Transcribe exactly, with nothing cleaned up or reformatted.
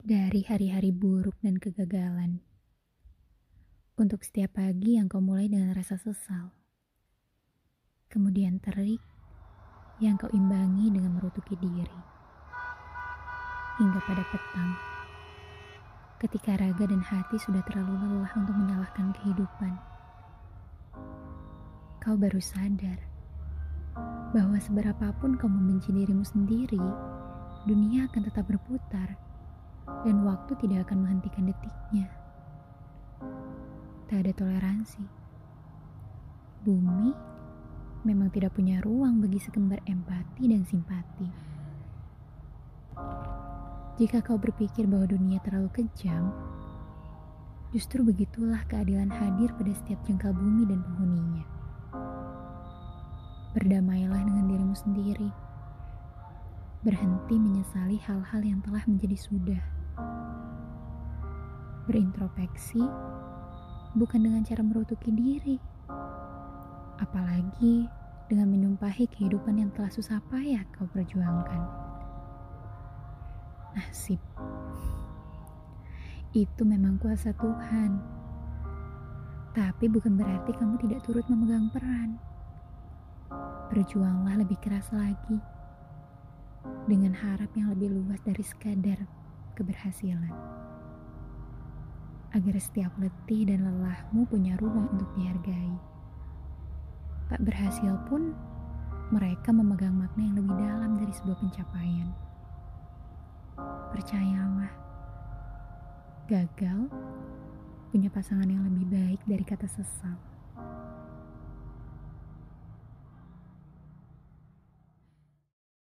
Dari hari-hari buruk dan kegagalan, untuk setiap pagi yang kau mulai dengan rasa sesal, kemudian terik yang kau imbangi dengan merutuki diri, hingga pada petang, ketika raga dan hati sudah terlalu lelah untuk menyalahkan kehidupan, kau baru sadar bahwa seberapapun kau membenci dirimu sendiri, dunia akan tetap berputar dan waktu tidak akan menghentikan detiknya. Tak ada toleransi. Bumi memang tidak punya ruang bagi sekembar empati dan simpati. Jika kau berpikir bahwa dunia terlalu kejam, justru begitulah keadilan hadir pada setiap jengkal bumi dan penghuninya. Berdamailah dengan dirimu sendiri. Berhenti menyesali hal-hal yang telah menjadi sudah. Berintrospeksi bukan dengan cara merutuki diri, apalagi dengan menyumpahi kehidupan yang telah susah payah kau perjuangkan. Nasib itu memang kuasa Tuhan, tapi bukan berarti kamu tidak turut memegang peran. Berjuanglah lebih keras lagi, dengan harap yang lebih luas dari sekadar keberhasilan, agar setiap letih dan lelahmu punya ruang untuk dihargai. Tak berhasil pun, mereka memegang makna yang lebih dalam dari sebuah pencapaian. Percayalah, gagal punya pasangan yang lebih baik dari kata sesal.